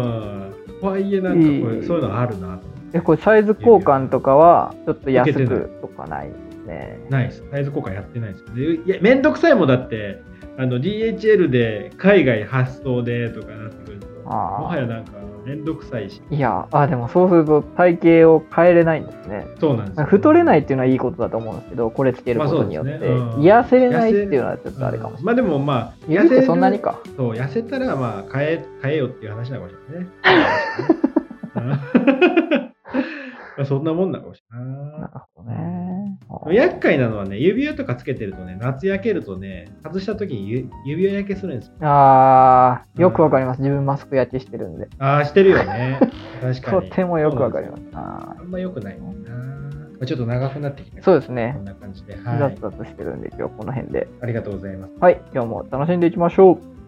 とはいえなんかこれそういうのあるなと。 えこれサイズ交換とかはちょっと安くとかないですね。 ないです。サイズ交換やってないです。いやめんどくさいもんだってあの ディーエイチエル で海外発送でとかなってくるともはやなんかめんどくさいし。 いやあでもそうすると体型を変えれないんですね。 そうなんです、ね、 太れないっていうのはいいことだと思うんですけど、これつけることによって、まあねうん、癒せれないっていうのはちょっとあれかもしれない。 まあでもまあ痩せてそんなにか。 そう痩せたらまあ変え変えよっていう話なのかもしれないね。そんなもんなのかもしれない。 なるほどね。 厄介なのはね、指輪とかつけてるとね、夏焼けるとね、外した時に指輪焼けするんですよ。 ああ、よくわかります。自分マスク焼けしてるんで。 ああ、してるよね。確かに。 とてもよくわかります。 ああんまよくないもんな。ちょっと長くなってきた。 そうですね。 こんな感じで。はい。 雑々してるんで、今日この辺で。 ありがとうございます。 はい、今日も楽しんでいきましょう。